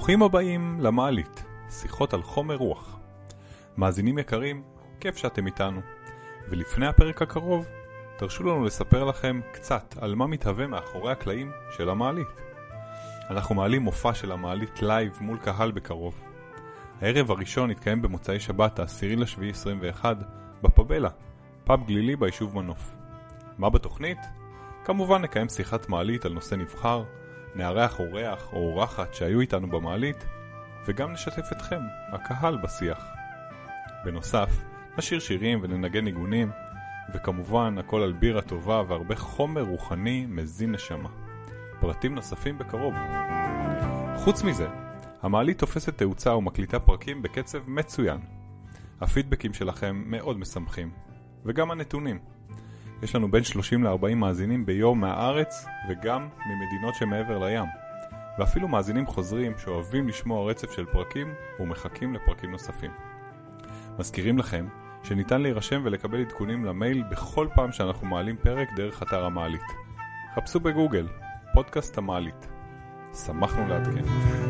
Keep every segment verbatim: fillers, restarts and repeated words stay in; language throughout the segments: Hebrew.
ברוכים הבאים למעלית, שיחות על חומר רוח. מאזינים יקרים, כיף שאתם איתנו. ולפני הפרק הקרוב, תרשו לנו לספר לכם קצת על מה מתהווה מאחורי הקלעים של המעלית. אנחנו מעלים מופע של המעלית לייב מול קהל בקרוב. הערב הראשון התקיים במוצאי שבת העשירי לשביעי עשרים ואחת בפבלה, פאב גלילי ביישוב מנוף. מה בתוכנית? כמובן נקיים שיחת מעלית על נושא נבחר, נארח אורח או אורחת שהיו איתנו במעלית, וגם נשתף אתכם, הקהל, בשיח. בנוסף, נשיר שירים וננגן ניגונים, וכמובן הכל על בירה טובה והרבה חומר רוחני מזין נשמה. פרטים נוספים בקרוב. חוץ מזה, המעלית תופסת תאוצה ומקליטה פרקים בקצב מצוין. הפידבקים שלכם מאוד משמחים, וגם הנתונים. יש לנו בין שלושים לארבעים מאזינים ביום מהארץ וגם ממדינות שמעבר לים. ואפילו מאזינים חוזרים שאוהבים לשמוע רצף של פרקים ומחכים לפרקים נוספים. מזכירים לכם שניתן להירשם ולקבל עדכונים למייל בכל פעם שאנחנו מעלים פרק דרך אתר המעלית. חפשו בגוגל, פודקאסט המעלית. שמחנו לעדכן.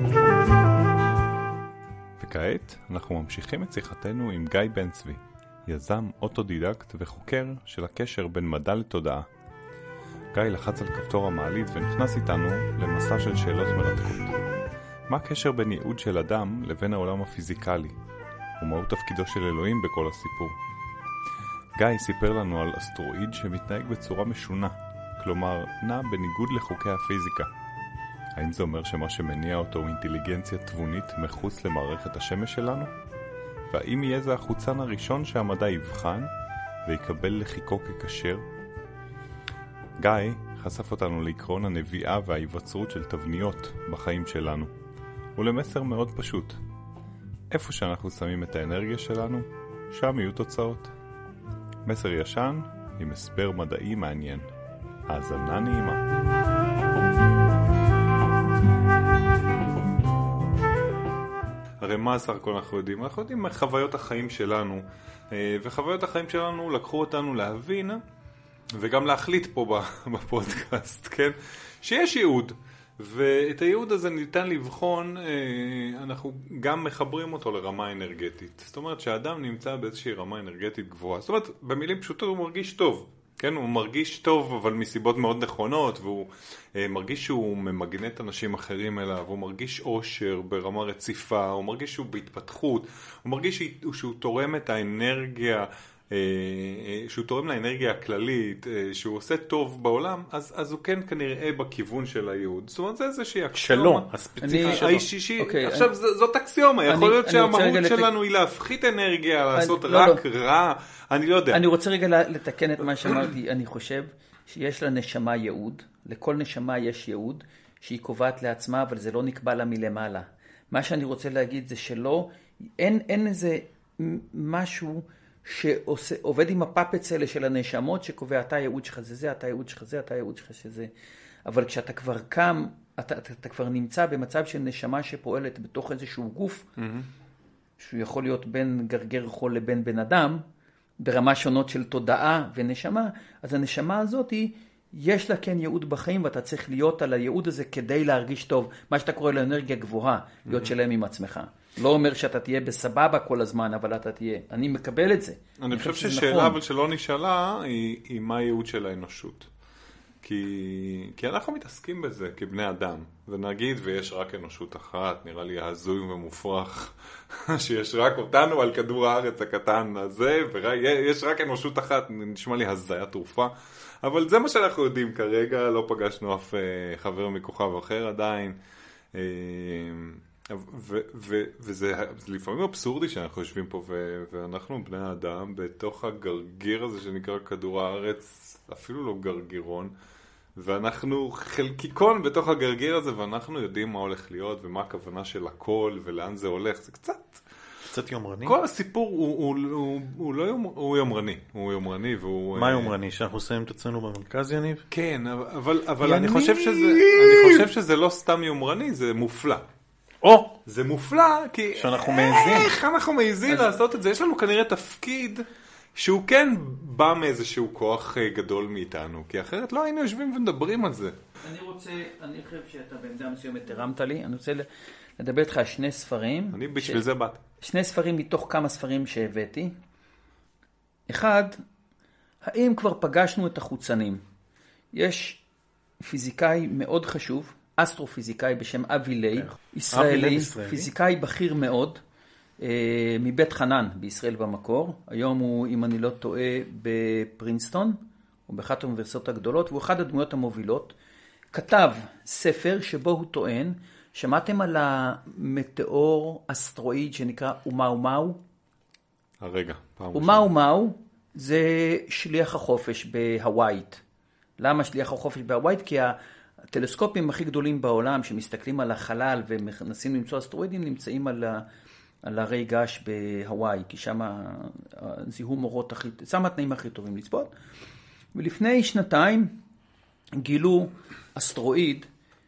וכעת אנחנו ממשיכים את שיחתנו עם גיא בן צבי, יזם אוטודידקט וחוקר של הקשר בין מדע לתודעה. גיא לחץ על כפתור המעלית ונכנס איתנו למסע של שאלות מרתקות. מה הקשר בין ייעוד של אדם לבין העולם הפיזיקלי? ומהו תפקידו של אלוהים בכל הסיפור? גיא סיפר לנו על אסטרואיד שמתנהג בצורה משונה, כלומר נע בניגוד לחוקי הפיזיקה. האם זה אומר שמה שמניע אותו הוא אינטליגנציה תבונית מחוץ למערכת השמש שלנו? והאם יהיה זה החוצן הראשון שהמדע יבחן ויקבל לחיקו כקשר? גיא חשף אותנו לעקרון הנביאה וההיווצרות של תבניות בחיים שלנו, ולמסר מאוד פשוט. איפה שאנחנו שמים את האנרגיה שלנו, שם יהיו תוצאות. מסר ישן עם הסבר מדעי מעניין. האזנה נעימה. הרי מה סך הכל אנחנו יודעים? אנחנו יודעים חוויות החיים שלנו, וחוויות החיים שלנו לקחו אותנו להבין, וגם להחליט פה בפודקאסט, כן? שיש ייעוד, ואת הייעוד הזה ניתן לבחון, אנחנו גם מחברים אותו לרמה אנרגטית. זאת אומרת שהאדם נמצא באיזושהי רמה אנרגטית גבוהה. זאת אומרת, במילים פשוטות הוא מרגיש טוב. כן, הוא מרגיש טוב, אבל מסיבות מאוד נכונות, והוא אה, מרגיש שהוא ממגנט אנשים אחרים אליו, הוא מרגיש אושר ברמה רציפה, הוא מרגיש שהוא בהתפתחות, הוא מרגיש שהוא, שהוא תורם את האנרגיה, אה, אה, שהוא תורם לאנרגיה הכללית, אה, שהוא עושה טוב בעולם, אז, אז הוא כן כנראה בכיוון של הייעוד. זאת אומרת, זה איזושהי אקסיומה. שלו, הספציפי שלו. האישי, אוקיי, עכשיו, אני... זאת אקסיומה, יכול להיות שהמהות שלנו היא להפחית אנרגיה, לעשות אני, רק לא, לא. רע, אני לא יודע. אני רוצה רגע לתקן את מה שאמרתי. אני חושב שיש לנשמה ייעוד, לכל נשמה יש ייעוד, שהיא קובעת לעצמה, אבל זה לא נקבע לה מלמעלה. מה שאני רוצה להגיד זה שלא, אין, אין איזה משהו שעובד עם הפאפץ האלה של הנשמות, שקובע אתה הייעוד שלך זה זה, אתה הייעוד שלך זה, אתה הייעוד שלך שזה. אבל כשאתה כבר קם, אתה, אתה, אתה כבר נמצא במצב של נשמה שפועלת בתוך איזשהו גוף, mm-hmm. שהוא יכול להיות בין גרגר חול לבין בן אדם, ברמה שונות של תודעה ונשמה, אז הנשמה הזאת היא, יש לה כן ייעוד בחיים, ואתה צריך להיות על הייעוד הזה כדי להרגיש טוב, מה שאתה קורא לאנרגיה גבוהה, להיות שלם עם עצמך. לא אומר שאתה תהיה בסבבה כל הזמן, אבל אתה תהיה. אני מקבל את זה. אני חושב ששאלה אבל שלא נשאלה, היא, היא מה הייעוד של האנושות. כי, כי אנחנו מתעסקים בזה כבני אדם, ונגיד ויש רק אנושות אחת, נראה לי הזוי ומופרך, שיש רק אותנו על כדור הארץ הקטן הזה, ויש רק אנושות אחת, נשמע לי הזיה תרופה, אבל זה מה שאנחנו יודעים כרגע, לא פגשנו אף חבר מכוכב אחר עדיין, ו- ו- וזה לפעמים אבסורדי שאנחנו יושבים פה, ו- ואנחנו בני האדם בתוך הגרגיר הזה שנקרא כדור הארץ, אפילו לא גרגירון, ואנחנו חלקיקון בתוך הגרגיר הזה, ואנחנו יודעים מה הולך להיות, ומה הכוונה של הכל, ולאן זה הולך. זה קצת... קצת יומרני? כל הסיפור הוא, הוא, הוא, הוא לא יומר, הוא יומרני. הוא יומרני, והוא... מה יומרני? שאנחנו שמים את עצמנו במרכז, יניב? כן, אבל, אבל אני חושב שזה, אני חושב שזה לא סתם יומרני, זה מופלא. או! זה מופלא, כי... שאנחנו מעזים. איך אנחנו מעזים לעשות את זה? יש לנו כנראה תפקיד שהוא כן בא מאיזשהו כוח גדול מאיתנו, כי אחרת לא היינו יושבים ומדברים על זה. אני רוצה, אני חושב שאתה בעמדה מסוימת הרמת לי, אני רוצה לדבר איתך על שני ספרים. אני בשביל ש... זה באת. שני ספרים מתוך כמה ספרים שהבאתי. אחד, האם כבר פגשנו את החוצנים? יש פיזיקאי מאוד חשוב, אסטרופיזיקאי בשם אבי לייב, ישראלי, פיזיקאי בכיר מאוד, מבית חנן בישראל במקור. היום הוא, אם אני לא טועה, בפרינסטון, הוא באחת האוניברסיטאות הגדולות, והוא אחד הדמויות המובילות. כתב ספר שבו הוא טוען, שמעתם על המטאור אסטרואיד שנקרא אומאו מאו? הרגע, פעם אומאו מאו זה שליח החופש בהווייט. למה שליח החופש בהווייט? כי הטלסקופים הכי גדולים בעולם שמסתכלים על החלל ומנסים למצוא אסטרואידים נמצאים על, ה, על הרי געש בהוואי, כי שם זיהום אורות הכי, שם התנאים הכי טובים לצפות. ולפני שנתיים גילו אסטרואיד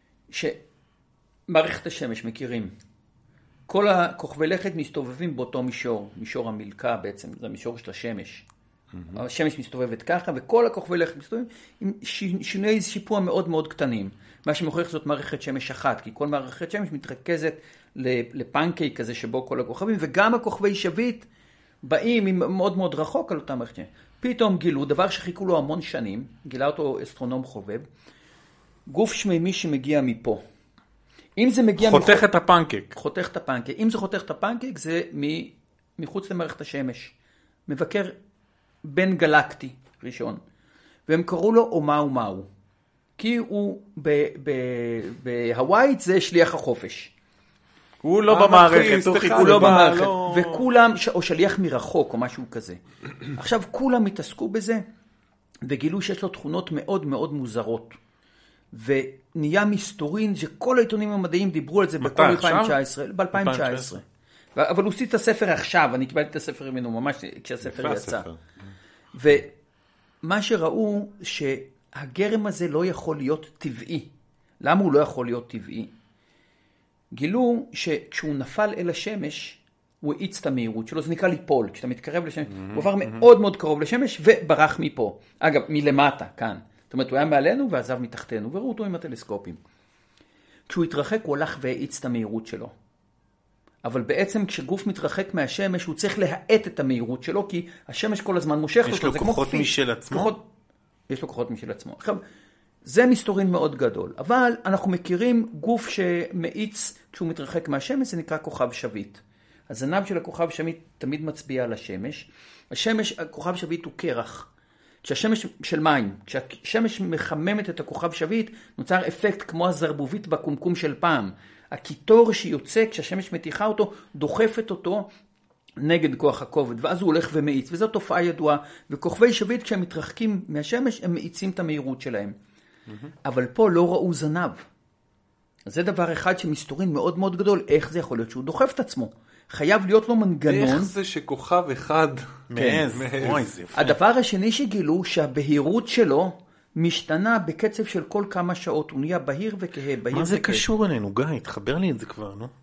שמערכת השמש מכירים. כל הכוכבי לכת מסתובבים באותו מישור, מישור המלכה בעצם, זה המישור של השמש. Mm-hmm. השמש מסתובבת ככה, וכל הכוכבי לכת מסתובבים עם שינויי שיפוע מאוד מאוד קטנים. מה שמוכיח זאת מערכת שמש אחת, כי כל מערכת שמש מתרכזת לפנקייק כזה שבו כל הכוכבים, וגם הכוכבי שביט באים מאוד מאוד רחוק על אותה מערכת שמש. פתאום גילו, דבר שחיכו לו המון שנים, גילה אותו אסטרונום חובב, גוף שמימי שמגיע מפה. אם זה מגיע... חותך מח... את הפנקק. חותך את הפנקק. אם זה חותך את הפנקק, זה מ... מחוץ למערכת השמש. מבקר בין גלקטי ראשון. והם קראו לו אומאו מאו. כי הוא בהווייט זה שליח החופש. הוא לא במערכת, הוא לא במערכת. וכולם, או שליח מרחוק או משהו כזה. עכשיו כולם התעסקו בזה, וגילו שיש לו תכונות מאוד מאוד מוזרות. ונהיה מסתורין שכל העיתונים המדעיים דיברו על זה בכל אלפיים תשע עשרה, ב-אלפיים תשע עשרה. אבל הוא עושה את הספר עכשיו, אני קיבלתי את הספר ממנו ממש כשהספר יצא. ומה שראו שהגרם הזה לא יכול להיות טבעי. למה הוא לא יכול להיות טבעי? גילו שכשהוא נפל אל השמש, הוא האיץ את המהירות שלו, זה נקרא ליפול, כשאתה מתקרב לשמש, הוא עבר מאוד מאוד קרוב לשמש וברח מפה. אגב, מלמטה, כאן. זאת אומרת, הוא היה מעלינו ועזב מתחתנו, וראו אותו עם הטלסקופים. כשהוא התרחק, הוא הלך והאיץ את המהירות שלו. אבל בעצם כשגוף מתרחק מהשמש, הוא צריך להאט את המהירות שלו, כי השמש כל הזמן מושך אותו. יש לו כוחות משל עצמו? כוחות, יש לו כוחות משל עצמו. עכשיו, זה מסתורין מאוד גדול, אבל אנחנו מכירים גוף שמאיץ כשהוא מתרחק מהשמש, זה נקרא כוכב שביט. הזנב של הכוכב שביט תמיד מצביע על השמש. השמש, הכוכב שביט הוא קרח. כשהשמש של מים, כשהשמש מחממת את הכוכב שביט, נוצר אפקט כמו הזרבובית בקומקום של פעם. הקיטור שיוצא כשהשמש מתיחה אותו, דוחפת אותו נגד כוח הכובד, ואז הוא הולך ומאיץ, וזו תופעה ידועה. וכוכבי שביט כשהם מתרחקים מהשמש, הם מאיצים את המהירות שלהם. Mm-hmm. אבל פה לא ראו זנב. זה דבר אחד שמסתורין מאוד מאוד גדול, איך זה יכול להיות שהוא דוחף את עצמו. חייב להיות לו מנגנון. איך זה שכוכב אחד מעז? אוי, זה יפה. הדבר השני שגילו שהבהירות שלו משתנה בקצב של כל כמה שעות. הוא נהיה בהיר וכהה, בהיר מה זה וכהה. קשור אלינו, גיא? תחבר לי את זה כבר, נו.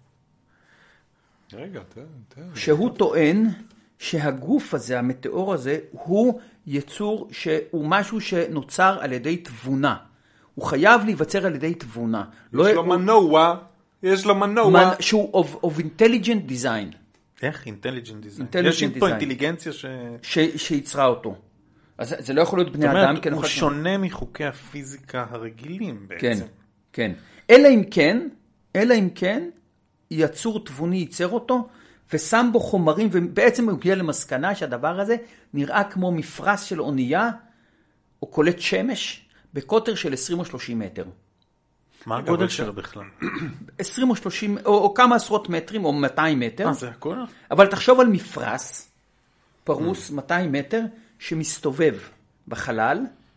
רגע, תן, תן. שהוא טוען שהגוף הזה, המטאור הזה, הוא יצור שהוא משהו שנוצר על ידי תבונה. הוא חייב להיווצר על ידי תבונה. יש לו הוא... מנוע. יש לו מנוע. מנ... שהוא of, of intelligent design. איך? intelligent design. Intelligent יש פה design. אינטליגנציה ש... ש... שיצרה אותו. אז זה לא יכול להיות בני זאת אדם. אומרת, הוא כן, שונה מחוקי הפיזיקה הרגילים בעצם. כן, כן. אלא אם כן, אלא אם כן, יצור תבוני ייצר אותו, ושם בו חומרים, ובעצם הוא הגיע למסקנה שהדבר הזה נראה כמו מפרס של אונייה, או קולט שמש, בקוטר של עשרים או שלושים מטר. מה הגודל שלו בכלל? עשרים או שלושים, או, או כמה עשרות מטרים, או מאתיים מטר. אה, זה הכל? אבל תחשוב על מפרס, פרוס מאתיים מטר, שמסתובב בחלל,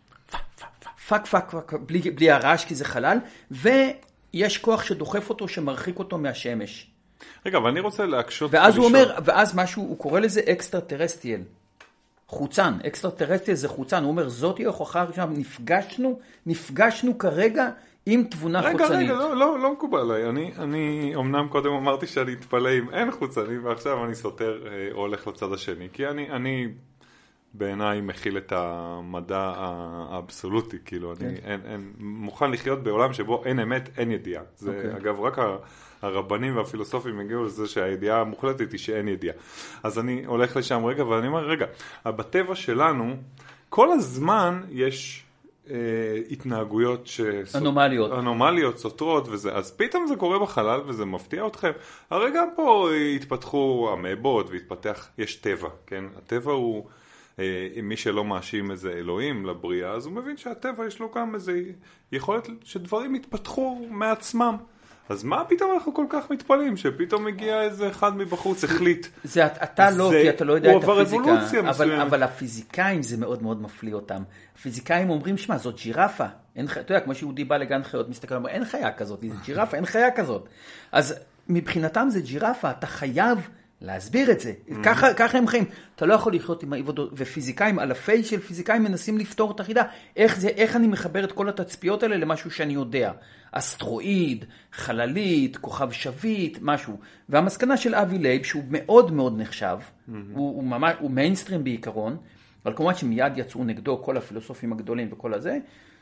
פק פק פק, בלי, בלי הרעש כי זה חלל, ויש כוח שדוחף אותו, שמרחיק אותו מהשמש. רגע, אבל אני רוצה להקשות... ואז הוא אומר, ואז משהו, הוא קורא לזה אקסטרה טרסטיאל. חוצן, אקסטרה טרסטיאל זה חוצן. הוא אומר, זאת היא הוכחה הראשונה, נפגשנו, נפגשנו כרגע עם תבונה רגע, חוצנית. רגע, רגע, לא, לא, לא מקובל עליי. אני, אני, אמנם קודם אמרתי שאני אתפלא אם אין חוצני, ועכשיו אני סותר, או הולך לצד השני. כי אני, אני בעיניי מכיל את המדע האבסולוטי, כאילו, אני אין, אין, מוכן לחיות בעולם שבו אין אמת, אין ידיעה. זה, okay. אגב, רק הרבנים והפילוסופים הגיעו לזה שהידיעה המוחלטת היא שאין ידיעה. אז אני הולך לשם רגע, ואני אומר, רגע, בטבע שלנו, כל הזמן יש אה, התנהגויות ש... אנומליות. אנומליות, סותרות וזה, אז פתאום זה קורה בחלל וזה מפתיע אתכם. הרי גם פה התפתחו המבות והתפתח, יש טבע, כן? הטבע הוא... אם מי שלא מאשים איזה אלוהים לבריאה, אז הוא מבין שהטבע יש לו גם איזה יכולת שדברים יתפתחו מעצמם. אז מה פתאום אנחנו כל כך מתפלאים שפתאום מגיע איזה אחד מבחוץ החליט? זה אתה לא, כי אתה לא יודע את הפיזיקה, אבל, אבל הפיזיקאים זה מאוד מאוד מפליא אותם. הפיזיקאים אומרים, שמה, זאת ג'ירפה. אין, אתה יודע, כמו שיהודי בא לגן חיות, מסתכל, אומר, אין חיה כזאת, זה ג'ירפה, אין חיה כזאת. אז מבחינתם זה ג'ירפה, אתה חייב להסביר את זה. ככה, ככה הם חיים. אתה לא יכול לחיות עם העבודות, ופיזיקאים, אלפי של פיזיקאים מנסים לפתור את החידה. איך זה, איך אני מחבר את כל התצפיות האלה למשהו שאני יודע? אסטרואיד, חללית, כוכב שביט, משהו. והמסקנה של אבי לייב, שהוא מאוד מאוד נחשב, הוא, הוא ממש, הוא מיינסטרים בעיקרון, אבל כמובן שמיד יצאו נגדו כל הפילוסופים הגדולים וכל הזה,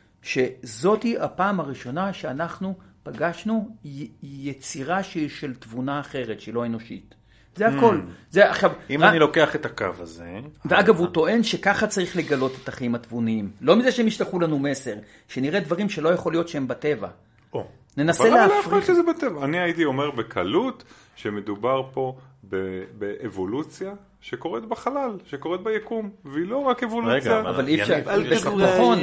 שזאתי הפעם הראשונה שאנחנו פגשנו יצירה של תבונה אחרת, שהיא לא אנושית. זה הכל. זה, עכשיו, אם אני לוקח את הקו הזה... ואגב, הוא טוען שככה צריך לגלות את החיים התבוניים. לא מזה שהם ישלחו לנו מסר, שנראה דברים שלא יכול להיות שהם בטבע. ננסה להפריך. אבל לא יכול להיות שזה בטבע. אני הייתי אומר בקלות שמדובר פה באבולוציה שקורית בחלל, שקורית ביקום, והיא לא רק אבולוציה. אבל אי אפשר... נכון.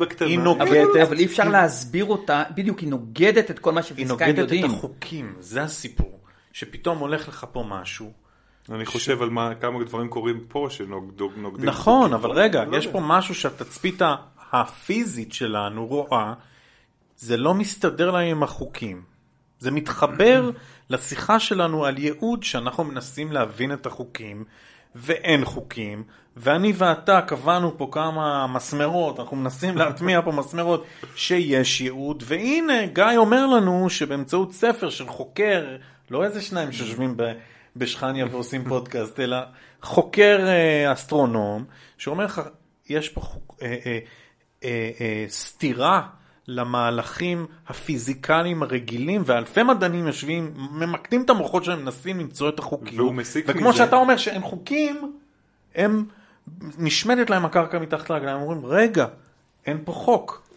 אבל אי אפשר להסביר אותה, בדיוק היא נוגדת את כל מה שפיזיקאים יודעים. היא נוגדת את החוקים, זה הסיפור. שפתאום הולך לך פה משהו. אני חושב על כמה דברים קורים פה שנוגדים. נכון, אבל רגע, יש פה משהו שהתצפית הפיזית שלנו רואה, זה לא מסתדר להם עם החוקים. זה מתחבר לשיחה שלנו על ייעוד שאנחנו מנסים להבין את החוקים, ואין חוקים, ואני ואתה קבענו פה כמה מסמרות, אנחנו מנסים להטמיע פה מסמרות שיש ייעוד, והנה גיא אומר לנו שבאמצעות ספר של חוקר, לא איזה שניים שיושבים בשכניה ועושים פודקאסט, אלא חוקר אסטרונום, שאומר לך, יש פה חוק, אה, אה, אה, אה, סתירה למהלכים הפיזיקליים הרגילים, ואלפי מדענים יושבים, ממקדים את המוחות שלהם, מנסים למצוא את החוקים. וכמו שאתה אומר שאין חוקים, הם נשמדת להם הקרקע מתחת לרגליים, הם אומרים, רגע, אין פה חוק.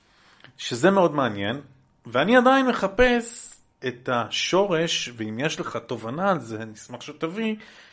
שזה מאוד מעניין, ואני עדיין מחפש את השורש, ואם יש לך תובנה על זה, נשמח שתביא,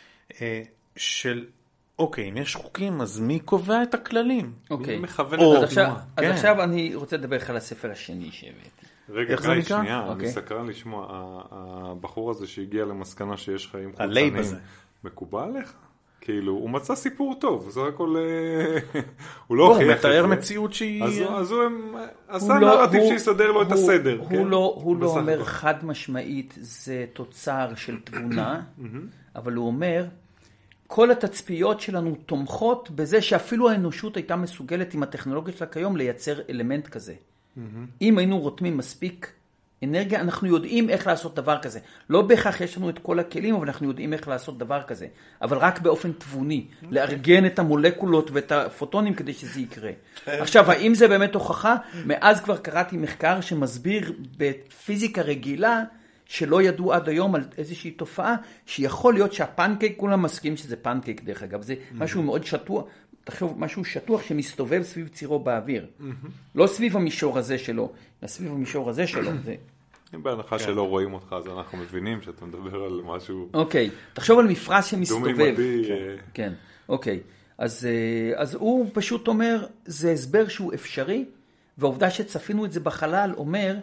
של, אוקיי, אם יש חוקים, אז מי קובע את הכללים? אוקיי. מי מכוון אז את עכשיו, אז עכשיו אני רוצה לדבר על הספר השני שהבאתי. רגע, גיא, שנייה, אני סקרן לשמוע, הבחור הזה שהגיע למסקנה שיש חיים חוצניים, מקובל עליך? כאילו, הוא מצא סיפור טוב, זה הכל, הוא לא הוכיח את זה. הוא מתאר מציאות שהיא... אז הוא עשה נרטיב שיסדר לו את הסדר. הוא לא אומר חד משמעית, זה תוצר של תבונה, אבל הוא אומר, כל התצפיות שלנו תומכות בזה שאפילו האנושות הייתה מסוגלת עם הטכנולוגיה שלה כיום לייצר אלמנט כזה. אם היינו רותמים מספיק אנרגיה, אנחנו יודעים איך לעשות דבר כזה. לא בהכרח יש לנו את כל הכלים, אבל אנחנו יודעים איך לעשות דבר כזה. אבל רק באופן תבוני, לארגן את המולקולות ואת הפוטונים כדי שזה יקרה. עכשיו, האם זה באמת הוכחה? מאז כבר קראתי מחקר שמסביר בפיזיקה רגילה, שלא ידעו עד היום על איזושהי תופעה, שיכול להיות שהפנקייק, כולם מסכים שזה פנקייק דרך אגב, זה משהו מאוד שטוח, תחשוב, משהו שטוח שמסתובב סביב צירו באוויר. לא סביב המישור הזה שלו, אלא סביב המישור הזה שלו. בהנחה שלא רואים אותך, אז אנחנו מבינים שאתה מדבר על משהו... אוקיי, תחשוב על מפרש שמסתובב. כן, אוקיי. אז הוא פשוט אומר, זה הסבר שהוא אפשרי, והעובדה שצפינו את זה בחלל אומר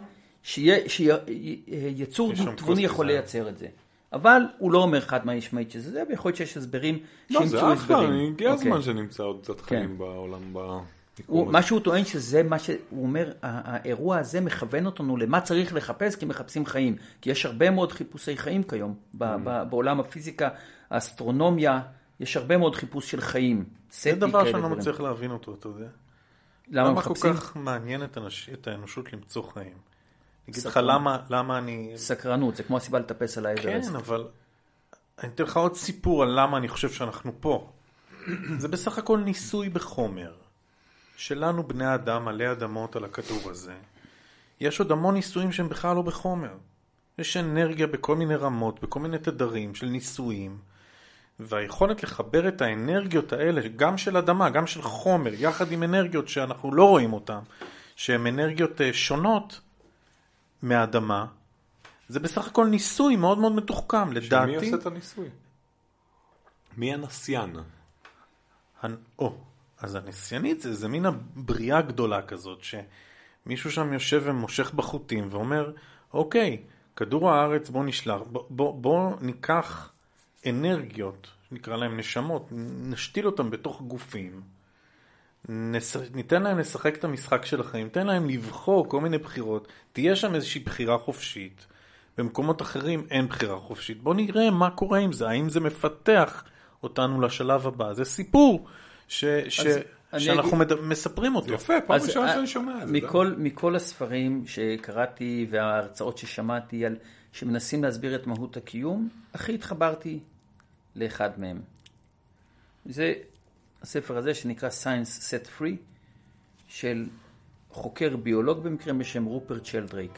שיצור תבוני יכול לייצר את זה. אבל הוא לא אומר חד משמעית שזה זה, ויכול להיות שיש הסברים שימצאו הסברים. לא, זה אחלה, הגיע הזמן שנמצא עוד קצת חיים בעולם ביקום הזה. מה שהוא טוען שזה מה שהוא אומר, האירוע הזה מכוון אותנו למה צריך לחפש, כי מחפשים חיים. כי יש הרבה מאוד חיפושי חיים כיום, בעולם הפיזיקה, האסטרונומיה, יש הרבה מאוד חיפוש של חיים. זה דבר שאני לא מצליח להבין אותו, אתה יודע. למה כל כך מעניין את האנושות למצוא חיים? אני אגיד לך למה, למה אני... סקרנות, זה כמו הסיבה לטפס על האברסט. כן, אבל אני אתן לך עוד סיפור על למה אני חושב שאנחנו פה. זה בסך הכל ניסוי בחומר. שלנו בני האדם עלי אדמות על הכדור הזה. יש עוד המון ניסויים שהם בכלל לא בחומר. יש אנרגיה בכל מיני רמות, בכל מיני תדרים של ניסויים. והיכולת לחבר את האנרגיות האלה, גם של אדמה, גם של חומר, יחד עם אנרגיות שאנחנו לא רואים אותן, שהן אנרגיות שונות מהאדמה, זה בסך הכל ניסוי מאוד מאוד מתוחכם, לדעתי. שמי עושה את הניסוי? מי הנסיין? או, אז הנסיינית זה, זה מין הבריאה גדולה כזאת, שמישהו שם יושב ומושך בחוטים ואומר, אוקיי, כדור הארץ בוא נשלח, בוא, בוא, בוא ניקח אנרגיות, נקרא להם נשמות, נשתיל אותם בתוך גופים, נס... ניתן להם לשחק את המשחק של החיים, ניתן להם לבחור כל מיני בחירות, תהיה שם איזושהי בחירה חופשית, במקומות אחרים אין בחירה חופשית, בוא נראה מה קורה עם זה, האם זה מפתח אותנו לשלב הבא, זה סיפור ש... ש... שאנחנו אגיד... מספרים אותו. יפה, פעם ראשונה שאני שומע את זה. מכל, מכל הספרים שקראתי וההרצאות ששמעתי על שמנסים להסביר את מהות הקיום, הכי התחברתי לאחד מהם. זה הספר הזה שנקרא Science Set Free, של חוקר ביולוג במקרה בשם רופרט שלדרייק.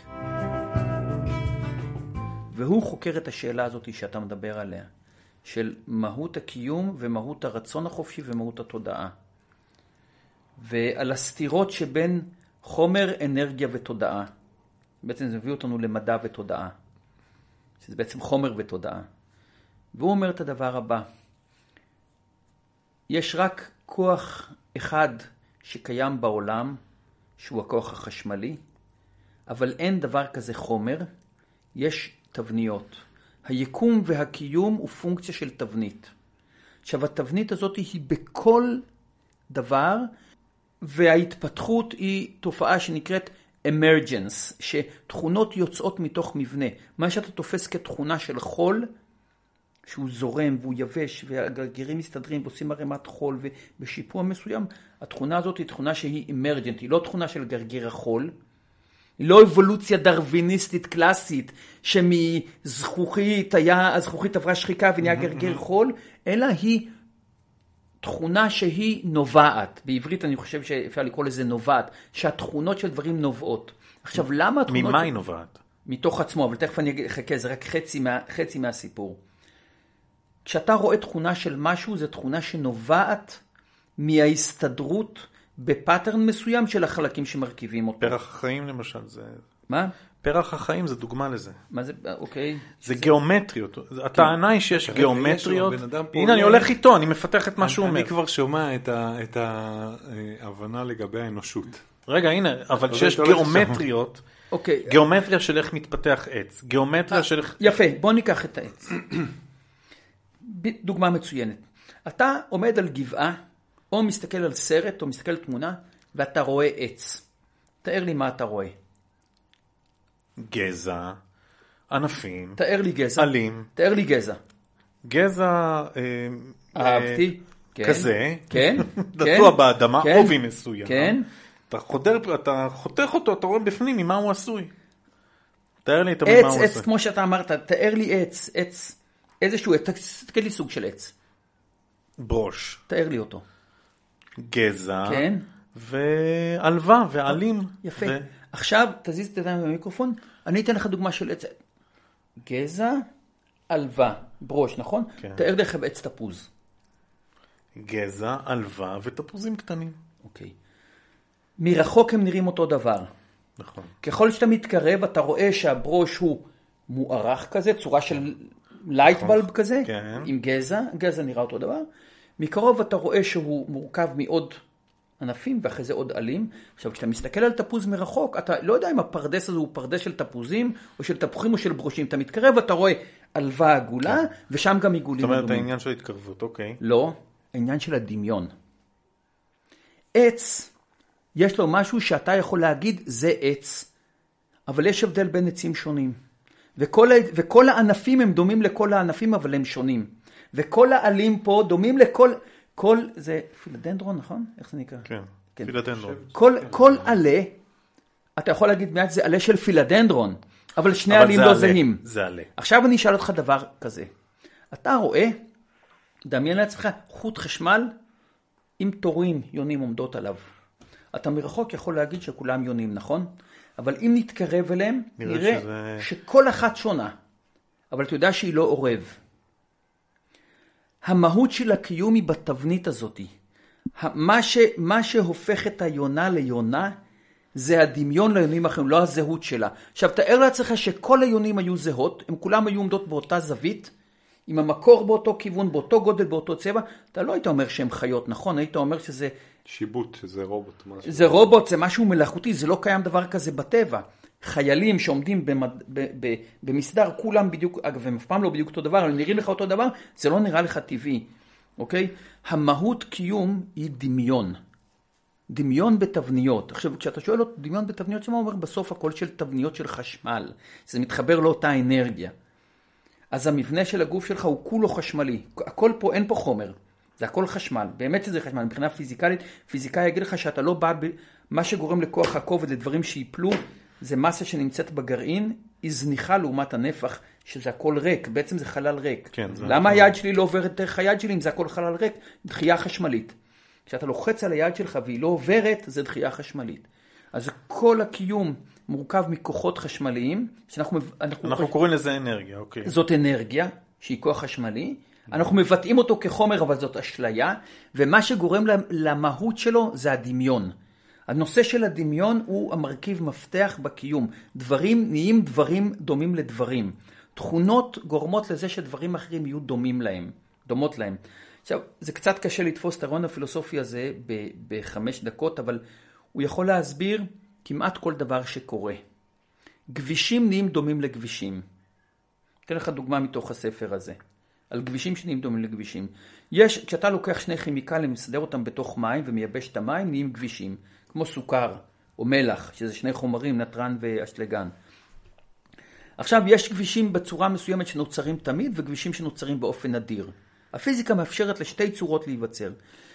והוא חוקר את השאלה הזאת שאתה מדבר עליה, של מהות הקיום ומהות הרצון החופשי ומהות התודעה. ועל הסתירות שבין חומר, אנרגיה ותודעה. בעצם זה מביא אותנו למדע ותודעה. שזה בעצם חומר ותודעה. והוא אומר את הדבר הבא. יש רק כוח אחד שקיים בעולם, שהוא הכוח החשמלי, אבל אין דבר כזה חומר, יש תבניות. היקום והקיום הוא פונקציה של תבנית. עכשיו, התבנית הזאת היא בכל דבר, וההתפתחות היא תופעה שנקראת emergence, שתכונות יוצאות מתוך מבנה. מה שאתה תופס כתכונה של חול, שהוא זורם והוא יבש, והגרגירים מסתדרים ועושים ערימת חול, ובשיפוע מסוים, התכונה הזאת היא תכונה שהיא emergent, היא לא תכונה של גרגיר החול, היא לא אבולוציה דרוויניסטית קלאסית, שמזכוכית היה, הזכוכית עברה שחיקה ונהיה גרגיר חול, אלא היא תכונה שהיא נובעת. בעברית אני חושב שאפשר לקרוא לזה נובעת, שהתכונות של דברים נובעות. עכשיו, למה התכונות... ממה היא נובעת? מתוך עצמו, אבל תכף אני אחכה, זה רק חצי, מה, חצי מהסיפור. כשאתה רואה תכונה של משהו, זו תכונה שנובעת מההסתדרות בפאטרן מסוים של החלקים שמרכיבים אותו. פרח החיים למשל זה... מה? פרח החיים זה דוגמה לזה. מה זה? אוקיי. זה גיאומטריות. הטענה היא שיש גיאומטריות. הנה אני הולך איתו, אני מפתח את מה שהוא אומר. אני כבר שומע את ההבנה לגבי האנושות. רגע, הנה, אבל שיש גיאומטריות, גיאומטריה של איך מתפתח עץ. גיאומטריה של... יפה, בוא ניקח את העץ. דוגמה מצוינת. אתה עומד על גבעה, או מסתכל על סרט, או מסתכל על תמונה, ואתה רואה עץ. תאר לי מה אתה רואה. גזע, ענפים, תאר לי גזע. עלים. תאר לי גזע. גזע אהבתי. כזה, כן. נטוע באדמה, עובי מסוים. כן. אתה חודר, אתה חותך אותו, אתה רואה בפנים ממה הוא עשוי. תאר לי את מה הוא עשוי. עץ, עץ, כמו שאתה אמרת, תאר לי עץ, עץ, איזשהו, תסתכל לי סוג של עץ. ברוש. תאר לי אותו. גזע. כן. ועלווה ועלים. יפה. עכשיו, תזיז את הידיים במיקרופון, אני אתן לך דוגמה של עץ. גזע, עלווה, ברוש, נכון? כן. תאר לך בעץ תפוז. גזע, עלווה ותפוזים קטנים. אוקיי. מרחוק הם נראים אותו דבר. נכון. ככל שאתה מתקרב, אתה רואה שהברוש הוא מוארך כזה, צורה של לייטבלב כזה, כן. עם גזע, גזע נראה אותו דבר. מקרוב אתה רואה שהוא מורכב מעוד ענפים, ואחרי זה עוד עלים. עכשיו, כשאתה מסתכל על תפוז מרחוק, אתה לא יודע אם הפרדס הזה הוא פרדס של תפוזים, או של תפוחים או של ברושים. אתה מתקרב, אתה רואה עלווה עגולה, כן. ושם גם עיגולים. זאת אומרת, העניין של התקרבות, אוקיי. לא, העניין של הדמיון. עץ, יש לו משהו שאתה יכול להגיד, זה עץ, אבל יש הבדל בין עצים שונים. וכל, וכל הענפים הם דומים לכל הענפים, אבל הם שונים. וכל העלים פה דומים לכל... כל, זה פילדנדרון, נכון? איך זה נקרא? כן, כן. פילדנדרון. כל, כל עלה, אתה יכול להגיד מעט, זה עלה של פילדנדרון, אבל שני עלים לא זהים. זה עלה. עכשיו אני אשאל אותך דבר כזה. אתה רואה דמיין לעצמך חוט חשמל עם תורים יונים עומדות עליו. אתה מרחוק יכול להגיד שכולם יונים, נכון? אבל אם נתקרב אליהם, נראה, נראה שזה... שכל אחת שונה. אבל אתה יודע שהיא לא עורב. המהות של הקיום היא בתבנית הזאת. מה, ש... מה שהופך את היונה ליונה, זה הדמיון ליונים אחרים, לא הזהות שלה. עכשיו, תאר לעצמך שכל היונים היו זהות, הם כולם היו עומדות באותה זווית, עם המקור באותו כיוון, באותו גודל, באותו צבע, אתה לא היית אומר שהם חיות, נכון? היית אומר שזה... שיבוט, שזה רובוט. משהו. זה רובוט, זה משהו מלאכותי, זה לא קיים דבר כזה בטבע. חיילים שעומדים במד... ב... ב... במסדר, כולם בדיוק, אגב, הם אף פעם לא בדיוק אותו דבר, אבל נראים לך אותו דבר, זה לא נראה לך טבעי, אוקיי? המהות קיום היא דמיון. דמיון בתבניות. עכשיו, כשאתה שואל אותו דמיון בתבניות, שמה אומר בסוף הכל של תבניות של חשמל. זה מתחבר לאותה אנרגיה. אז המבנה של הגוף שלך הוא כולו חשמלי. הכל פה, אין פה חומר. זה הכל חשמל. באמת שזה חשמל. מבחינה פיזיקלית, פיזיקאי יגיד לך שאתה לא בא ב... מה שגורם לכוח הכובד לדברים שיפלו, זה מסה שנמצאת בגרעין, היא זניחה לעומת הנפח, שזה הכל ריק. בעצם זה חלל ריק. כן, למה זה... היד שלי לא עוברת דרך היד שלי אם זה הכל חלל ריק? דחייה חשמלית. כשאתה לוחץ על היד שלך והיא לא עוברת, זה דחייה חשמלית. אז כל הקיום מורכב מכוחות חשמליים, שאנחנו... אנחנו, אנחנו קוראים לזה אנרגיה, אוקיי. זאת אנרגיה, שהיא כוח חשמלי. אנחנו מבטאים אותו כחומר, אבל זאת אשליה, ומה שגורם למהות שלו זה הדמיון. הנושא של הדמיון הוא המרכיב מפתח בקיום. דברים נהיים דברים דומים לדברים. תכונות גורמות לזה שדברים אחרים יהיו דומים להם, דומות להם. עכשיו, זה קצת קשה לתפוס את הרעיון הפילוסופי הזה ב- בחמש דקות, אבל הוא יכול להסביר כמעט כל דבר שקורה. גבישים נהיים דומים לגבישים. אתן לך דוגמה מתוך הספר הזה. על גבישים שנהיים דומים לגבישים. יש, כשאתה לוקח שני כימיקלים, מסדר אותם בתוך מים ומייבש את המים, נהיים גבישים. כמו סוכר או מלח, שזה שני חומרים, נטרן ואשלגן. עכשיו, יש גבישים בצורה מסוימת שנוצרים תמיד, וגבישים שנוצרים באופן נדיר. הפיזיקה מאפשרת לשתי צורות להיווצר.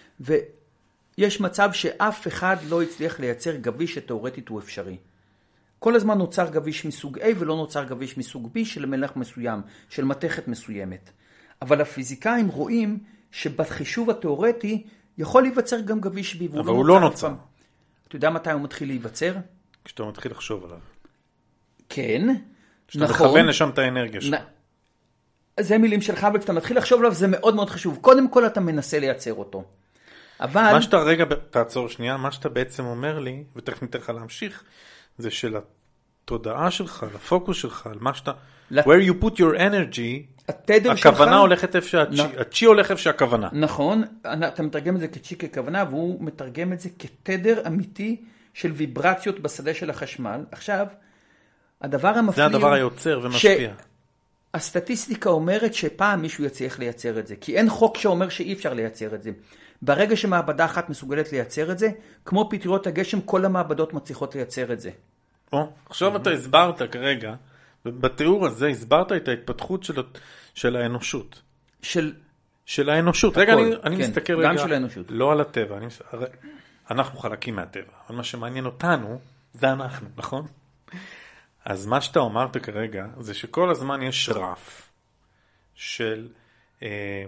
ויש מצב שאף אחד לא הצליח לייצר גביש שתאורטית הוא אפשרי. כל הזמן נוצר גביש מסוג A ולא נוצר גביש מסוג B של מלח מסוים, של מתכת מסוימת. אבל הפיזיקאים רואים שבחישוב התיאורטי יכול להיווצר גם גביש B. אבל הוא לא נוצר. אתה יודע מתי הוא מתחיל להיווצר? כשאתה מתחיל לחשוב עליו. כן, כשאתה נכון. מכוון לשם את האנרגיה שלך. נ... זה מילים שלך, אבל כשאתה מתחיל לחשוב עליו זה מאוד מאוד חשוב. קודם כל אתה מנסה לייצר אותו. אבל... מה שאתה רגע, תעצור שנייה, מה שאתה בעצם אומר לי, ותכף ניתן לך להמשיך, זה של התודעה שלך, לפוקוס שלך, על מה שאתה... לת... where you put your energy, הכוונה שלך... הולכת איפה שהצ'י, נ... הצ'י הולך איפה שהכוונה. נכון, אתה מתרגם את זה כצ'י ככוונה, והוא מתרגם את זה כתדר אמיתי של ויברציות בשדה של החשמל. עכשיו, הדבר המפליא... זה הדבר היוצר ומשפיע. ש... הסטטיסטיקה אומרת שפעם מישהו יצליח לייצר את זה, כי אין חוק שאומר שאי אפשר לייצר את זה. ברגע שמעבדה אחת מסוגלת לייצר את זה, כמו פטריות הגשם, כל המעבדות מצליחות לייצר את זה. או, עכשיו אתה הסברת כרגע, בתיאור הזה הסברת את ההתפתחות של, של האנושות. של... של האנושות. רגע, אני, אני כן, מסתכל גם רגע, של האנושות. לא על הטבע. אני, הרי, אנחנו חלקים מהטבע, אבל מה שמעניין אותנו, זה אנחנו, נכון? אז מה שאתה אמרת כרגע, זה שכל הזמן יש רף של אה,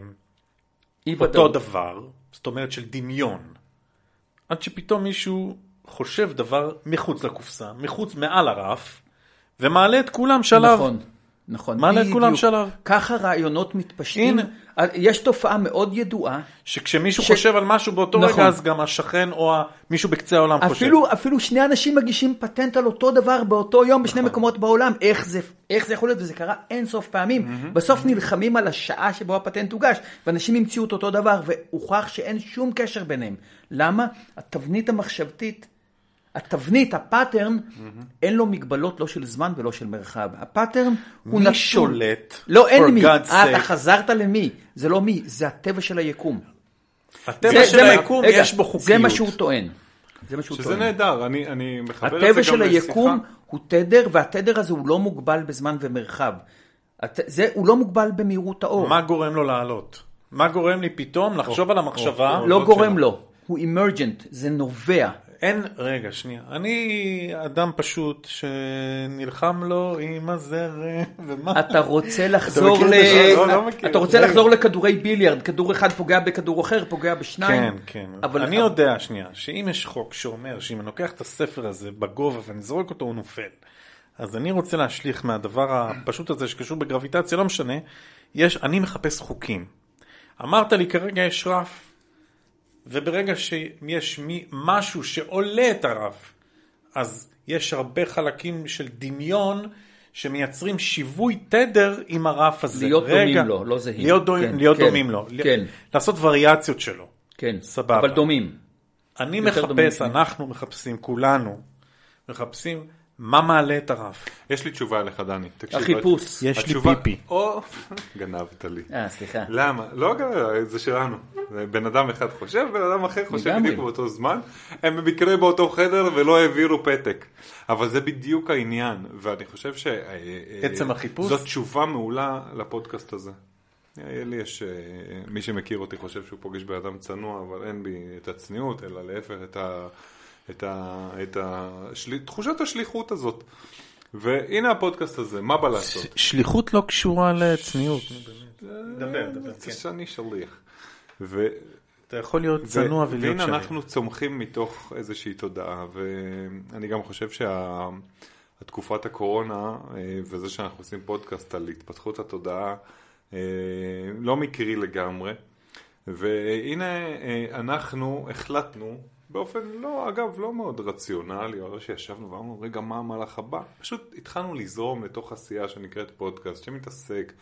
אותו דבר, זאת אומרת של דמיון. עד שפתאום מישהו חושב דבר מחוץ לקופסה, מחוץ מעל הרף, ומעלה את כולם שלב. נכון, נכון. מעלה את כולם שלב. ככה רעיונות מתפשטים. יש תופעה מאוד ידועה. שכשמישהו ש... חושב על משהו באותו נכון. רגע, אז גם השכן או מישהו בקצה העולם אפילו, חושב. אפילו שני אנשים מגישים פטנט על אותו דבר באותו יום, בשני נכון. מקומות בעולם. איך זה, איך זה יכול להיות? וזה קרה אין סוף פעמים. Mm-hmm. בסוף נלחמים על השעה שבו הפטנט הוגש, ואנשים המציאו את אותו דבר, והוכח שאין שום קשר ביניהם. למה? התבנית המחשבתית, התבנית, הפאטרן, mm-hmm. אין לו מגבלות לא של זמן ולא של מרחב. הפאטרן הוא נתון. מי שולט? לא, אין מי. אתה חזרת למי. זה לא מי, זה הטבע של היקום. הטבע זה, של זה היקום רגע, יש בו חוקיות. זה מה שהוא טוען. זה מה שהוא שזה טוען. נהדר, אני, אני מחבר את זה גם לשיחה. לשיחה. הטבע של היקום הוא תדר, והתדר הזה הוא לא מוגבל בזמן ומרחב. זה, הוא לא מוגבל במהירות האור. מה גורם לו לעלות? מה גורם לי פתאום לחשוב על המחשבה? לא גורם לו. הוא אמרג'נט, זה נובע. אין, רגע, שנייה. אני אדם פשוט שנלחם לו עם הזרם, ומה? אתה רוצה לחזור ל... אתה רוצה לחזור לכדורי ביליארד, כדור אחד פוגע בכדור אחר, פוגע בשניים. כן, כן. אני יודע, שנייה, שאם יש חוק שאומר שאם אני לוקח את הספר הזה בגובה ואני זורק אותו, הוא נופל. אז אני רוצה להשליך מהדבר הפשוט הזה שקשור בגרביטציה, לא משנה, יש, אני מחפש חוקים. אמרת לי, כרגע יש רף, וברגע שיש משהו שעולה את הרף, אז יש הרבה חלקים של דמיון שמייצרים שיווי תדר עם הרף הזה. להיות רגע, דומים לו, לא זהים. להיות, דו, כן, להיות כן, דומים לו. כן. לעשות וריאציות שלו. כן, סבבה. אבל דומים. אני מחפש, אנחנו מחפשים, כולנו מחפשים מה מעלה את הרף. יש לי תשובה עליך, דני. החיפוש. יש לי התשובה... פיפי. או, גנבת לי. אה, סליחה. למה? לא גנבת, זה שלנו. בן אדם אחד חושב, בן אדם אחר חושב בדיוק באותו זמן. הם במקרה באותו חדר ולא העבירו פתק. אבל זה בדיוק העניין, ואני חושב ש... עצם החיפוש? זאת תשובה מעולה לפודקאסט הזה. לי יש, מי שמכיר אותי חושב שהוא פוגש באדם צנוע, אבל אין בי את הצניעות, אלא להפך את ה... את ה... את ה... של... תחושת השליחות הזאת. והנה הפודקאסט הזה, מה בא לעשות? שליחות לא קשורה לצניעות. דבר, דבר. זה שאני שליח. אתה יכול להיות צנוע ולהיות שליח. והנה אנחנו צומחים מתוך איזושהי תודעה, ואני גם חושב שהתקופת הקורונה, וזה שאנחנו עושים פודקאסט על התפתחות התודעה, לא מקרי לגמרי. והנה אנחנו החלטנו, באופן לא, אגב, לא מאוד רציונלי, אבל שישבנו ואמרנו, רגע, מה המהלך הבא? פשוט התחלנו לזרום לתוך עשייה שנקראת פודקאסט, שמתעסק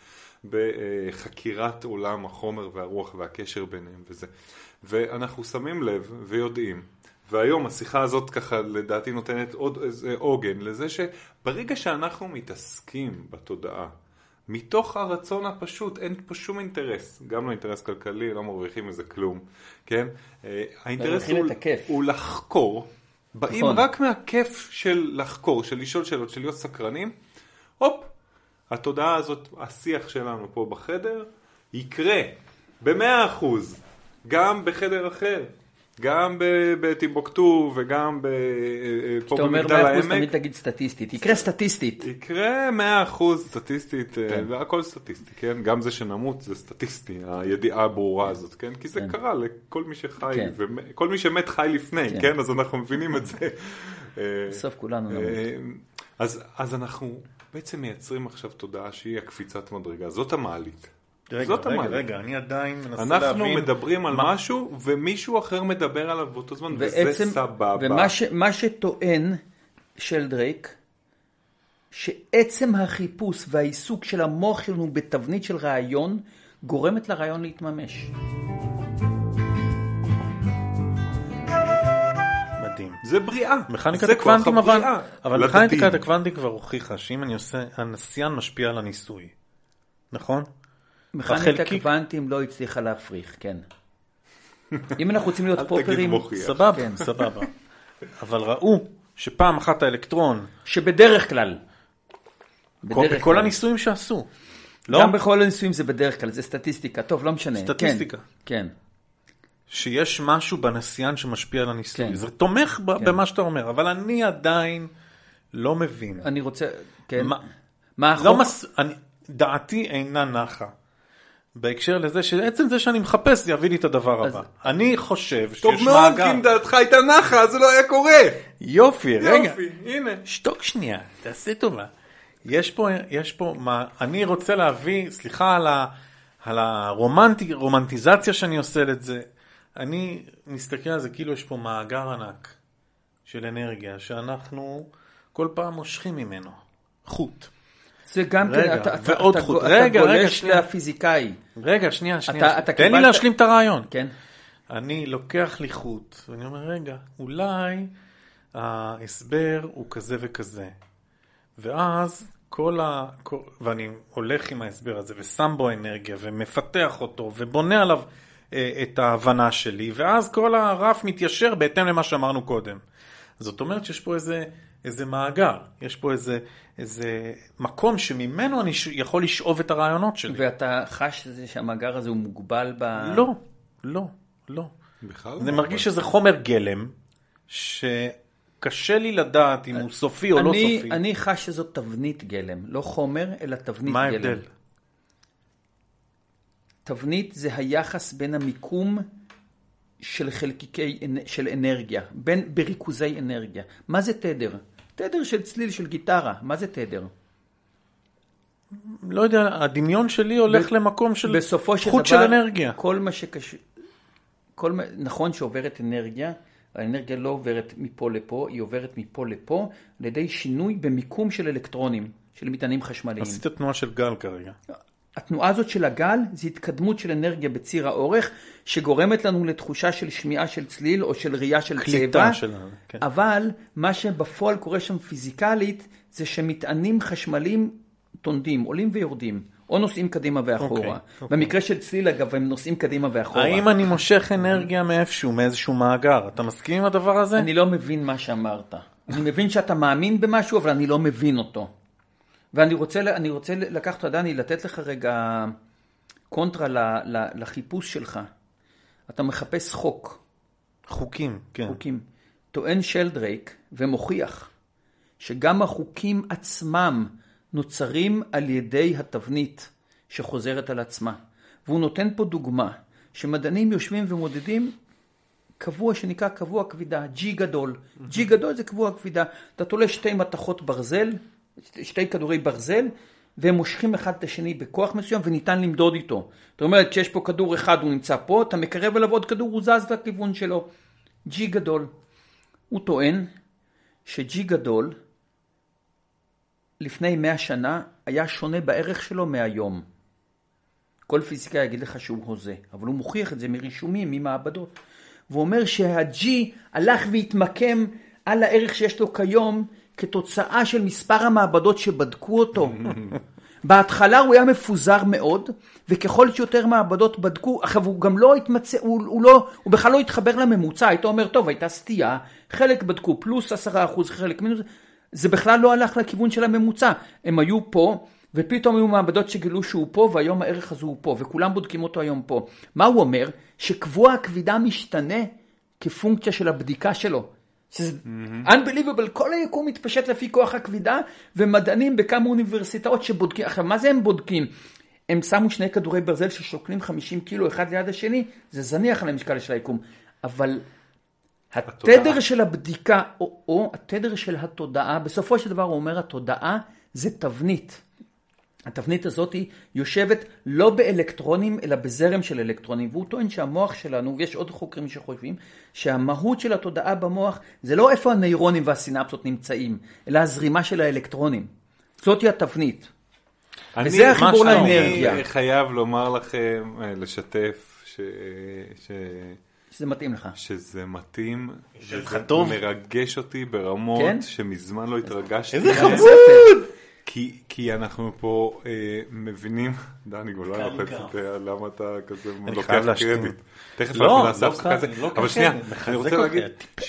בחקירת עולם החומר והרוח והקשר ביניהם וזה. ואנחנו שמים לב ויודעים, והיום השיחה הזאת ככה לדעתי נותנת עוד איזה עוגן לזה שברגע שאנחנו מתעסקים בתודעה, מתוך הרצון הפשוט, אין פה שום אינטרס, גם לא אינטרס כלכלי, לא מרוויחים איזה כלום, כן? האינטרס הוא, הוא לחקור, באים נכון. רק מהכיף של לחקור, של לשאול שאלות, של להיות סקרנים, הופ, התודעה הזאת, השיח שלנו פה בחדר, יקרה במאה אחוז, גם בחדר אחר, גם בטימבוקטו וגם פה במגדל העמק. כשאתה אומר מאה אחוז תמיד תגיד סטטיסטית, יקרה סטטיסטית. יקרה מאה אחוז סטטיסטית, והכל סטטיסטי, כן? גם זה שנמות זה סטטיסטי, הידיעה הברורה הזאת, כן? כי זה קרה לכל מי שחי, וכל מי שמת חי לפני, כן? אז אנחנו מבינים את זה. בסוף כולנו נמות. אז אנחנו בעצם מייצרים עכשיו תודעה שהיא הקפיצת מדרגה, זאת המעלית. רגע, רגע, רגע, אני עדיין מנסה להבין. אנחנו מדברים על משהו, ומישהו אחר מדבר עליו באותו זמן, וזה סבבה. ומה שטוען שלדרייק, שעצם החיפוש והעיסוק של המוח שלנו בתבנית של רעיון, גורמת לרעיון להתממש. מדהים. זה בריאה. מכניקת הקוונטים אבל, אבל מכניקת הקוונטים כבר הוכיחה, שאם אני עושה, הנסיין משפיע על הניסוי. נכון? מכניקה קוונטים לא הצליחה להפריך, כן. אם אנחנו רוצים להיות פופרים, סבבה, סבבה. אבל ראו שפעם אחת האלקטרון, שבדרך כלל, בכל הניסויים שעשו, גם בכל הניסויים זה בדרך כלל, זה סטטיסטיקה, טוב, לא משנה. סטטיסטיקה. כן. שיש משהו בנסיין שמשפיע על הניסוי. זה תומך במה שאתה אומר, אבל אני עדיין לא מבין. אני רוצה, כן. מה החוק? דעתי אינה נחה. בהקשר לזה שעצם זה שאני מחפש יביא לי את הדבר הבא. אני חושב שיש מאגר. טוב מאוד, אם דעתך הייתה נחה, זה לא היה קורה. יופי, רגע. יופי, הנה. שתוק שנייה, תעשה טובה. יש פה, יש פה, מה, אני רוצה להביא, סליחה על ה, על הרומנטיזציה שאני עושה את זה. אני מסתכל על זה כאילו יש פה מאגר ענק של אנרגיה, שאנחנו כל פעם מושכים ממנו. חוט. זה גם רגע, כן, אתה, ועוד אתה, חוט. אתה רגע, גולש רגע, לפיזיקאי. רגע, שנייה, שנייה. אתה, אתה תן קיבלת... לי להשלים את הרעיון. כן. אני לוקח לי חוט, ואני אומר, רגע, אולי ההסבר הוא כזה וכזה. ואז כל ה... כל... ואני הולך עם ההסבר הזה, ושם בו אנרגיה, ומפתח אותו, ובונה עליו אה, את ההבנה שלי, ואז כל הרף מתיישר בהתאם למה שאמרנו קודם. זאת אומרת שיש פה איזה... איזה מאגר, יש פה איזה, איזה מקום שממנו אני יכול לשאוב את הרעיונות שלי. ואתה חש שזה שהמאגר הזה הוא מוגבל ב... לא, לא, לא. בכלל? זה מרגיש שזה חומר גלם, שקשה לי לדעת אם הוא סופי או אני, לא סופי. אני חש שזאת תבנית גלם, לא חומר, אלא תבנית מה גלם. ההבדל? תבנית זה היחס בין המיקום של חלקיקי, של אנרגיה, בין בריכוזי אנרגיה. מה זה תדר? תדר של צליל של גיטרה, מה זה תדר? לא יודע, הדמיון שלי הולך ב- למקום של בסופו של חוט דבר, של אנרגיה. כל מה שקשור, כל מה, נכון שעוברת אנרגיה, האנרגיה לא עוברת מפה לפה, היא עוברת מפה לפה, על ידי שינוי במיקום של אלקטרונים, של מטענים חשמליים. עשית תנועה של גל כרגע. התנועה הזאת של הגל זה התקדמות של אנרגיה בציר האורך, שגורמת לנו לתחושה של שמיעה של צליל או של ראייה של צבע. שלנו, כן. אבל מה שבפועל קורה שם פיזיקלית, זה שמטענים חשמליים תונדים, עולים ויורדים, או נוסעים קדימה ואחורה. Okay, okay. במקרה של צליל אגב, הם נוסעים קדימה ואחורה. האם אני מושך אנרגיה מאיפשהו, מאיזשהו מאגר? אתה מסכים עם הדבר הזה? אני לא מבין מה שאמרת. אני מבין שאתה מאמין במשהו, אבל אני לא מבין אותו. ואני רוצה, אני רוצה לקחת, דני, לתת לך רגע קונטרה לחיפוש שלך. אתה מחפש חוק. חוקים, כן. חוקים. טוען שלדרייק ומוכיח שגם החוקים עצמם נוצרים על ידי התבנית שחוזרת על עצמה. והוא נותן פה דוגמה שמדענים יושבים ומודדים קבוע שנקרא קבוע כבידה, G גדול. G גדול זה קבוע כבידה. אתה תולה שתי מתכות ברזל, שתי כדורי ברזל, והם מושכים אחד את השני בכוח מסוים, וניתן למדוד איתו. זאת אומרת, כשיש פה כדור אחד, הוא נמצא פה, אתה מקרב אליו עוד כדור, הוא זז לכיוון שלו. G גדול. הוא טוען ש-G גדול, לפני מאה שנה, היה שונה בערך שלו מהיום. כל פיזיקאי יגיד לך שהוא הוזה, אבל הוא מוכיח את זה מרישומים, ממעבדות. והוא אומר שה-G הלך והתמקם על הערך שיש לו כיום, כתוצאה של מספר המעבדות שבדקו אותו. בהתחלה הוא היה מפוזר מאוד, וככל שיותר מעבדות בדקו, עכשיו הוא גם לא התמצא, הוא, הוא, לא, הוא בכלל לא התחבר לממוצע, היית אומר, טוב, הייתה סטייה, חלק בדקו פלוס עשרה אחוז, חלק מינוס, זה בכלל לא הלך לכיוון של הממוצע. הם היו פה, ופתאום היו מעבדות שגילו שהוא פה, והיום הערך הזה הוא פה, וכולם בודקים אותו היום פה. מה הוא אומר? שקבוע הכבידה משתנה כפונקציה של הבדיקה שלו. שזה unbelievable, כל היקום מתפשט לפי כוח הכבידה, ומדענים בכמה אוניברסיטאות שבודקים, עכשיו מה זה הם בודקים? הם שמו שני כדורי ברזל ששוקלים חמישים קילו אחד ליד השני, זה זניח על המשקל של היקום, אבל התדר של הבדיקה, או, או התדר של התודעה, בסופו של דבר הוא אומר, התודעה זה תבנית. התבנית הזאת היא יושבת לא באלקטרונים, אלא בזרם של אלקטרונים. והוא טוען שהמוח שלנו, ויש עוד חוקרים שחושבים, שהמהות של התודעה במוח, זה לא איפה הנוירונים והסינפסות נמצאים, אלא הזרימה של האלקטרונים. זאת היא התבנית. וזה החיבור לאנרגיה. אני חייב לומר לכם, לשתף, ש... ש... שזה מתאים לך. שזה מתאים, שזה טוב. מרגש אותי ברמות כן? שמזמן לא התרגשתי. איזה חמוד! כי, כי אנחנו פה אה, מבינים, דני גולן לוחץ את למה אתה כזה לוקח קרדיט. תכף אנחנו נעשה הפסקה כזה. אבל שנייה, אני רוצה להגיד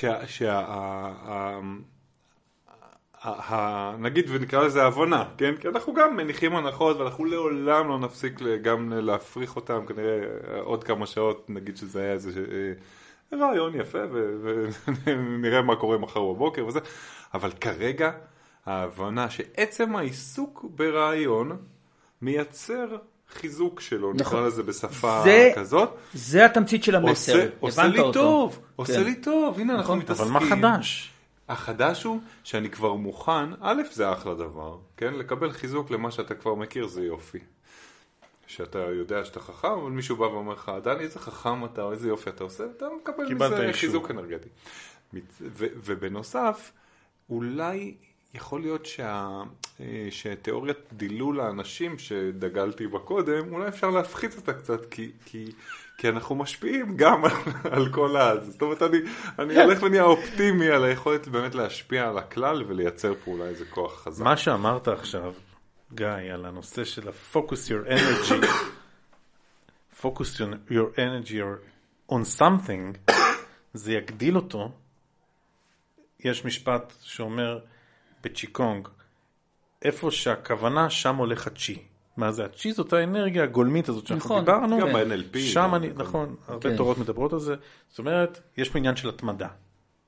נגיד ונקרא לזה הבנה, כן? כי אנחנו גם מניחים הנחות ואנחנו לעולם לא נפסיק גם להפריך אותם, כנראה עוד כמה שעות נגיד שזה היה איזה רעיון יפה ונראה מה קורה מחר בבוקר וזה, אבל כרגע ההבנה שעצם העיסוק ברעיון מייצר חיזוק שלו, נקרא לזה בשפה כזאת. זה התמצית של המסר. עושה לי טוב, עושה לי טוב, הנה אנחנו מתעסקים. אבל מה חדש? החדש הוא שאני כבר מוכן, א' זה אחלה דבר, כן? לקבל חיזוק למה שאתה כבר מכיר זה יופי. שאתה יודע שאתה חכם, אבל מישהו בא ואומר לך, דני, איזה חכם אתה, או איזה יופי אתה עושה, אתה מקבל מזה חיזוק אנרגטי. ובנוסף, אולי יכול להיות שה... שתיאוריית דילול האנשים שדגלתי בקודם, אולי אפשר להפחית אותה קצת, כי, כי, כי אנחנו משפיעים גם על, על כל אז. זאת אומרת, אני, אני הולך ונהיה אופטימי על היכולת באמת להשפיע על הכלל ולייצר פה אולי איזה כוח חזק. מה שאמרת עכשיו, גיא, על הנושא של ה-focus your energy, focus your energy on something, זה יגדיל אותו. יש משפט שאומר בצ'יקונג, איפה שהכוונה, שם הולך הצ'י. מה זה הצ'י? זאת האנרגיה הגולמית הזאת שאנחנו נכון, דיברנו. גם ב-אן אל פי. שם אני, נכון, הרבה כן. תורות מדברות על זה. זאת אומרת, יש פה עניין של התמדה.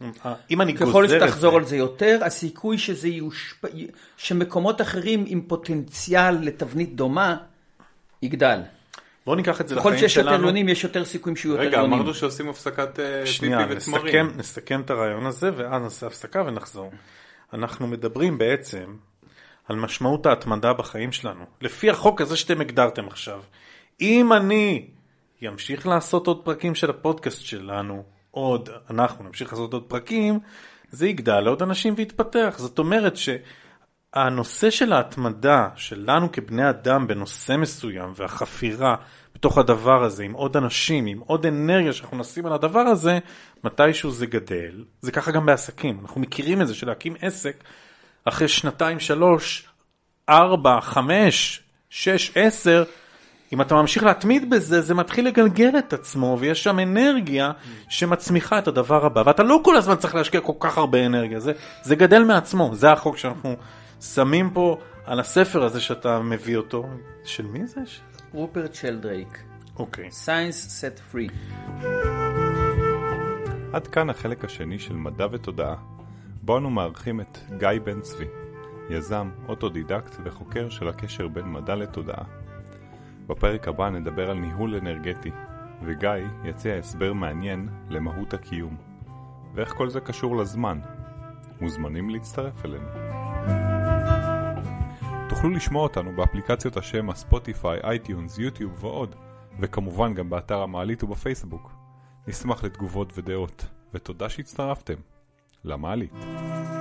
אם אני ככל שתחזור על זה יותר, הסיכוי שזה יושפע, שמקומות אחרים עם פוטנציאל לתבנית דומה, יגדל. בואו ניקח את זה לחיים שלנו. ככל שיש יותר יונים, יש יותר סיכויים שיהיו יותר יונים. רגע, אמרנו שעושים הפסקת טיפי ותמרים. שנייה, נסכם את הרעיון הזה, ואז נעשה הפסקה ונחזור. אנחנו מדברים בעצם על משמעות ההתמדה בחיים שלנו. לפי החוק הזה שאתם הגדרתם עכשיו. אם אני ימשיך לעשות עוד פרקים של הפודקאסט שלנו, עוד, אנחנו נמשיך לעשות עוד פרקים, זה יגדל לעוד אנשים ויתפתח. זאת אומרת שהנושא של ההתמדה שלנו כבני אדם בנושא מסוים, והחפירה בתוך הדבר הזה, עם עוד אנשים, עם עוד אנרגיה שאנחנו נשים על הדבר הזה, מתישהו זה גדל. זה ככה גם בעסקים. אנחנו מכירים את זה של להקים עסק, אחרי שנתיים, שלוש, ארבע, חמש, שש, עשר, אם אתה ממשיך להתמיד בזה, זה מתחיל לגלגל את עצמו, ויש שם אנרגיה שמצמיחה את הדבר הבא. ואתה לא כל הזמן צריך להשקיע כל כך הרבה אנרגיה. זה, זה גדל מעצמו. זה החוק שאנחנו שמים פה על הספר הזה שאתה מביא אותו. של מי זה? רופרט שלדרייק. אוקיי. Science Set Free. עד כאן החלק השני של מדע ותודעה. בו אנו מערכים את גיא בן צבי, יזם, אוטודידקט וחוקר של הקשר בין מדע לתודעה. בפרק הבא נדבר על ניהול אנרגטי, וגיא יציע הסבר מעניין למהות הקיום, ואיך כל זה קשור לזמן. מוזמנים להצטרף אלינו. תוכלו לשמוע אותנו באפליקציות השם הספוטיפיי, אייטיונס, יוטיוב ועוד, וכמובן גם באתר המעלית ובפייסבוק. נשמח לתגובות ודעות, ותודה שהצטרפתם. למעלית.